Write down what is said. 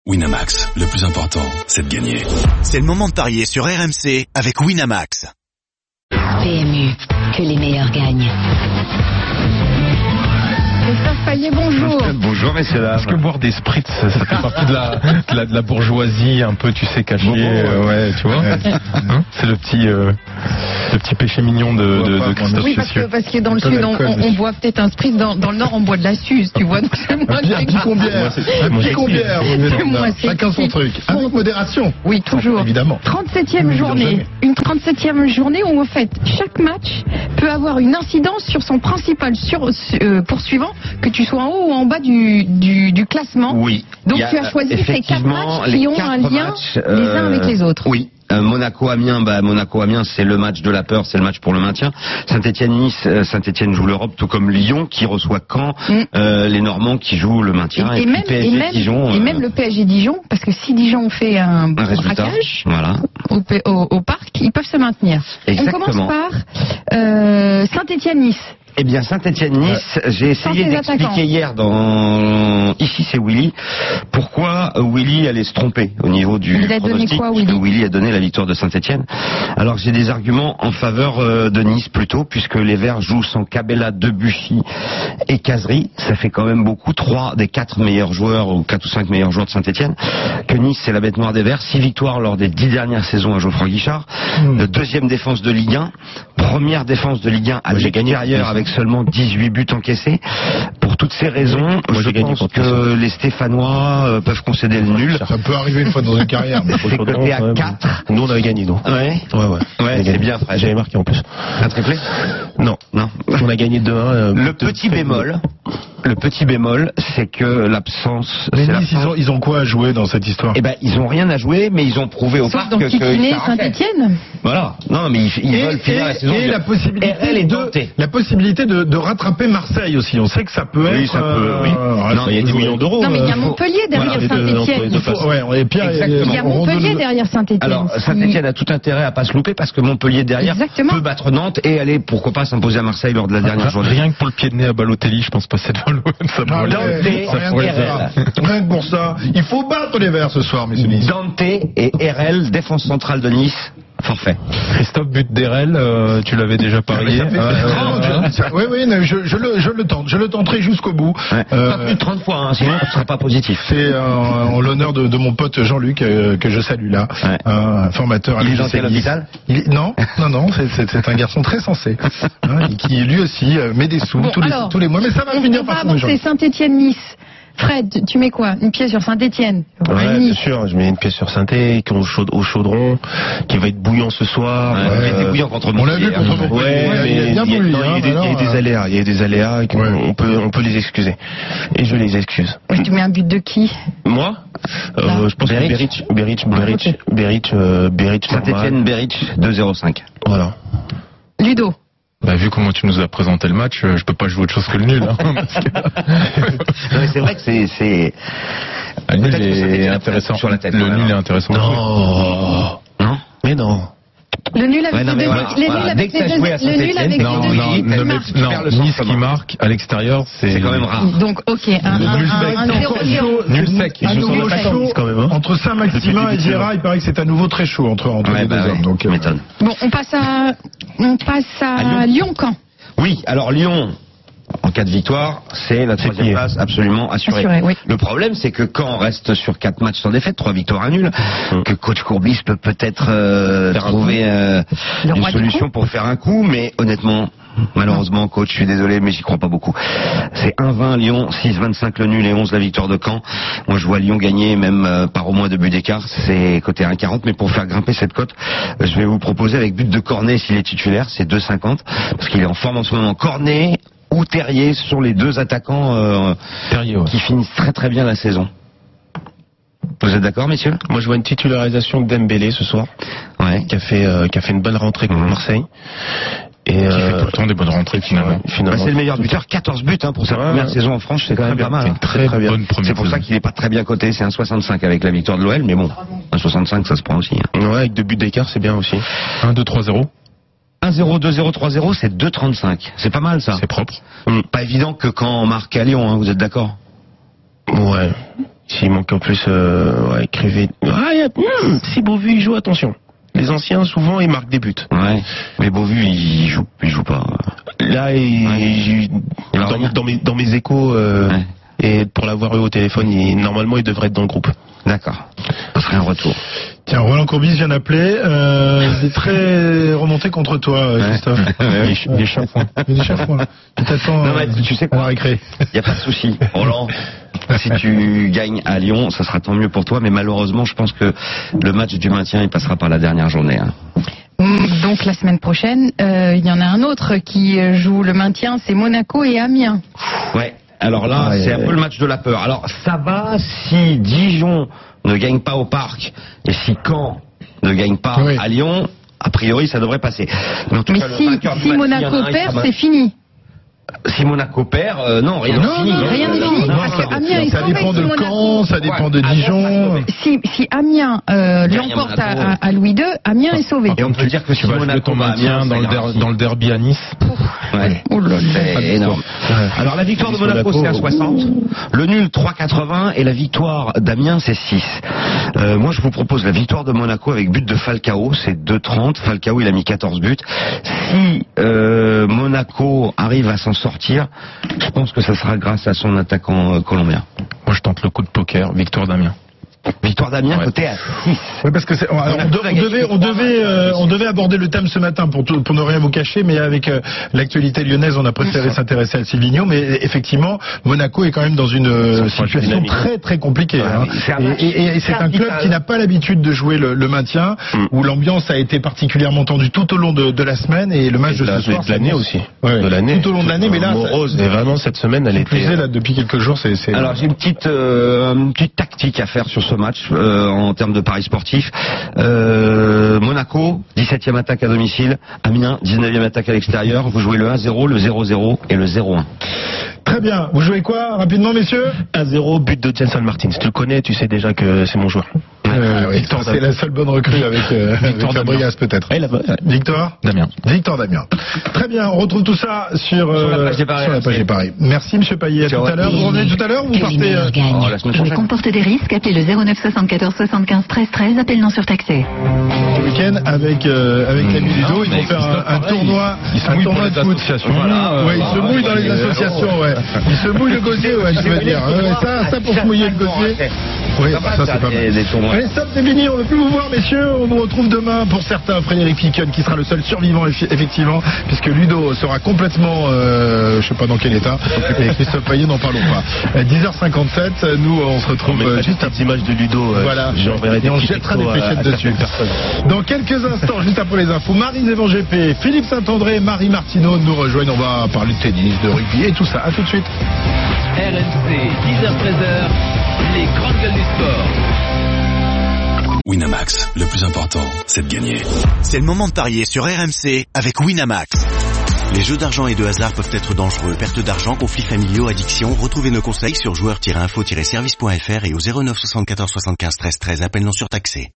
Winamax, le plus important, c'est de gagner. C'est le moment de parier sur RMC avec Winamax. PMU, que les meilleurs gagnent. Christophe Payet, bonjour. Bonjour messieurs dames. Est-ce que boire des spritz, ça fait partie de la bourgeoisie un peu, tu sais, cachée, ouais, tu vois. Hein, c'est le petit péché mignon de Christophe. Oui, parce que dans le sud, on boit peut-être un spritz. Dans le nord, on boit de la suze, tu vois. Donc c'est moins Chacun son truc. Avec modération. Oui, toujours. Évidemment. 37e journée. Une 37e journée où, en fait, chaque match peut avoir une incidence sur son principal poursuivant, que tu sois en haut ou en bas du classement. Oui. Donc tu as choisi ces 4 matchs qui ont un lien les uns avec les autres. Oui. Monaco-Amiens, c'est le match de la peur, c'est le match pour le maintien. Saint-Etienne-Nice, Saint-Etienne joue l'Europe, tout comme Lyon qui reçoit Caen, les Normands qui jouent le maintien, et même le PSG Dijon, parce que si Dijon fait un bon braquage, voilà, au parc, ils peuvent se maintenir. Exactement. On commence par Saint-Etienne-Nice. Eh bien, Saint-Etienne-Nice, j'ai essayé d'expliquer hier Ici c'est Willy, pourquoi Willy allait se tromper au niveau du pronostic. Willy a donné la victoire de Saint-Etienne. Alors j'ai des arguments en faveur de Nice plutôt, puisque les Verts jouent sans Cabella, Debuchy et Cazerie. Ça fait quand même beaucoup, 3 des 4 meilleurs joueurs, ou 4 ou 5 meilleurs joueurs de Saint-Etienne. Que Nice, c'est la bête noire des Verts. 6 victoires lors des 10 dernières saisons à Geoffroy Guichard. Deuxième défense de Ligue 1. Première défense de Ligue 1 à l'extérieur avec seulement 18 buts encaissés. Pour toutes ces raisons, je pense que les Stéphanois peuvent concéder le nul. Ça peut arriver une fois dans une carrière. Mais c'est coté à 4. Nous on avait gagné, nous. Ouais, c'est bien. J'avais marqué en plus. Un triplé? Non. On a gagné 2-1. Le petit bémol, c'est que l'absence. Mais Nice, ils ont quoi à jouer dans cette histoire? Eh ben, ils ont rien à jouer, mais ils ont prouvé au parc que Saint-Etienne. Voilà. Non, mais ils veulent finir la saison. Et la possibilité de rattraper Marseille aussi. On sait que ça peut être. Oui, ça peut. Oui. Non, il y a 10 millions d'euros. Non, mais il y a Montpellier derrière Saint-Etienne. Il y a Montpellier derrière Saint-Etienne. Alors, Saint-Etienne a tout intérêt à pas se louper parce que Montpellier derrière peut battre Nantes et aller, pourquoi pas, s'imposer à Marseille lors de la dernière journée. Rien que pour le pied de nez à Balotelli, je pense passer devant l'OM. Rien que pour ça. Il faut battre les Verts ce soir, messieurs Nice. Dante et RL, défense centrale de Nice. Forfait. Christophe, but d'Erel, tu l'avais déjà parié. Oui, je le tenterai jusqu'au bout. Pas plus de 30 fois, hein, sinon ce ne sera pas positif. C'est en l'honneur de mon pote Jean-Luc que je salue là, un formateur à l'UGC. Il est dans l'hôpital ? Non, c'est un garçon très sensé, qui lui aussi met des sous tous les mois, mais ça va finir par trouver. C'est Saint-Etienne-Nice. Fred, tu mets quoi? Une pièce sur Saint-Etienne? Ouais, bien sûr, je mets une pièce sur Saint-Etienne au chaudron, qui va être bouillant ce soir. Il était bouillant contre Montpellier. On l'a vu contre Montpellier. Il y a des aléas, on peut les excuser. Et je les excuse. Et tu mets un but de qui? Moi je pense que Beric. Saint-Etienne, Beric, 2-0-5. Voilà. Ludo. Vu comment tu nous as présenté le match, je peux pas jouer autre chose que le nul. Hein, non, mais c'est vrai que c'est... Le nul est intéressant. Sur la tête, le nul est intéressant. Non. Mais non. Le nul avec Nice qui marque à l'extérieur, c'est quand même rare. Donc, ok, un 0-0. Nul sec. Entre Saint-Maximin et Gérard, il paraît que c'est à nouveau très chaud entre les deux hommes. Donc, bon, on passe à Lyon-Caen. Oui, alors Lyon, en cas de victoire, c'est la 3e place absolument assurée. Oui. Le problème, c'est que Caen reste sur 4 matchs sans défaite, 3 victoires à nul, que coach Courbis peut peut-être trouver une solution pour faire un coup, mais honnêtement, malheureusement, coach, je suis désolé, mais j'y crois pas beaucoup. C'est 1-20 Lyon, 6-25 le nul et 11 la victoire de Caen. Moi, je vois Lyon gagner même par au moins 2 buts d'écart. C'est coté 1,40, mais pour faire grimper cette cote, je vais vous proposer avec but de Cornet s'il est titulaire, c'est 2,50, parce qu'il est en forme en ce moment. Cornet ou Terrier sur les deux attaquants qui finissent très très bien la saison. Vous êtes d'accord, messieurs? Moi, je vois une titularisation de Dembélé ce soir, qui a fait une bonne rentrée contre Marseille. Et qui fait tout le temps des bonnes rentrées finalement. C'est le meilleur buteur, 14 buts pour sa première saison en France, c'est quand même pas mal. C'est très bonne première saison. C'est pour ça qu'il n'est pas très bien coté, c'est un 65 avec la victoire de l'OL, mais bon, un 65 ça se prend aussi. Ouais, avec 2 buts d'écart, c'est bien aussi. 1-2-3-0. 1-0, 2-0, 3-0, c'est 2,35. C'est pas mal ça. C'est propre. Pas évident que quand on marque à Lyon, vous êtes d'accord? Ouais. S'il manque en plus, écrivez. Si Beauvu il joue, attention. Les anciens, souvent, ils marquent des buts. Ouais. Mais Beauvu, il joue pas. Là, dans mes échos, et pour l'avoir eu au téléphone, normalement, il devrait être dans le groupe. D'accord. Ce serait un retour. Tiens, Roland Courbis vient d'appeler. Il est très remonté contre toi, Christophe. Il est chafouin. Il est chafouin. Tu t'attends tu sais quoi, récré. Il n'y a pas de souci. Roland, si tu gagnes à Lyon, ça sera tant mieux pour toi. Mais malheureusement, je pense que le match du maintien, il passera par la dernière journée. Donc la semaine prochaine, il y en a un autre qui joue le maintien, c'est Monaco et Amiens. Ouais. Alors là, c'est un peu le match de la peur. Alors ça va si Dijon ne gagne pas au Parc et si Caen ne gagne pas à Lyon, a priori ça devrait passer. Mais en tout cas, si Monaco perd, c'est fini. Si Monaco perd, non, rien n'est fini. Rien n'est fini. Parce que Amiens ça dépend de Caen, ça dépend de Dijon. Si Amiens l'emporte à Louis II, Amiens est sauvé. Et on peut dire que si Monaco maintient dans le derby à Nice. C'est énorme. Alors la victoire de Monaco c'est à 60, le nul 3,80 et la victoire d'Amiens c'est 6. Moi je vous propose la victoire de Monaco avec but de Falcao, c'est 2,30. Falcao il a mis 14 buts. Si Monaco arrive à s'en sortir, je pense que ça sera grâce à son attaquant colombien. Moi je tente le coup de poker, victoire d'Amiens. Victoire d'Amiens côté à 6. Oui, parce que on devait aborder le thème ce matin pour ne rien vous cacher, mais avec l'actualité lyonnaise, on a préféré s'intéresser à Silvino. Mais effectivement, Monaco est quand même dans une situation très très compliquée. Et c'est un club qui n'a pas l'habitude de jouer le maintien, où l'ambiance a été particulièrement tendue tout au long de la semaine et le match de ce soir. De l'année aussi. De l'année. Tout au long de l'année, mais là, et vraiment cette semaine, elle était. Là depuis quelques jours, c'est. Alors j'ai une petite tactique à faire sur ce match en termes de paris sportifs. Monaco, 17e attaque à domicile. Amiens, 19e attaque à l'extérieur. Vous jouez le 1-0, le 0-0 et le 0-1. Très bien. Vous jouez quoi, rapidement, messieurs? 1-0, but de Jenson Martins. Tu le connais, tu sais déjà que c'est mon joueur. C'est la seule bonne recrue avec Fabregas peut-être. Victoire Damien. Victoire Damien. Très bien, on retrouve tout ça sur la page des paris. Merci Monsieur Payet, à tout à l'heure. Vous revenez tout à l'heure ou vous partez Jouer comporte des risques, appelez le 09 74 75 13 13, appel non surtaxé. Le week-end avec l'ami Ludo, ils vont faire un tournoi de foot. Ils se mouillent dans les associations, Ils se mouillent le gosier, tu veux dire. Ça pour se mouiller le gosier. Oui, ça c'est pas mal. Allez, stop, c'est fini, on ne veut plus vous voir, messieurs. On nous retrouve demain pour certains. Frédéric Ficken qui sera le seul survivant, effectivement, puisque Ludo sera complètement, je sais pas dans quel état, et Christophe Payet, n'en parlons pas. 10h57, nous on se retrouve juste un petit match de Ludo. Voilà, et on jettera des fléchettes dessus. Dans quelques instants, juste après les infos, Marie Zévan GP, Philippe Saint-André, Marie Martineau nous rejoignent. On va parler de tennis, de rugby et tout ça. À tout de suite. RMC, 10h-13h, les grandes gueules du sport. Winamax, le plus important, c'est de gagner. C'est le moment de parier sur RMC avec Winamax. Les jeux d'argent et de hasard peuvent être dangereux. Perte d'argent, conflits familiaux, addiction. Retrouvez nos conseils sur joueurs-info-service.fr et au 09 74 75 13 13. Appel non surtaxé.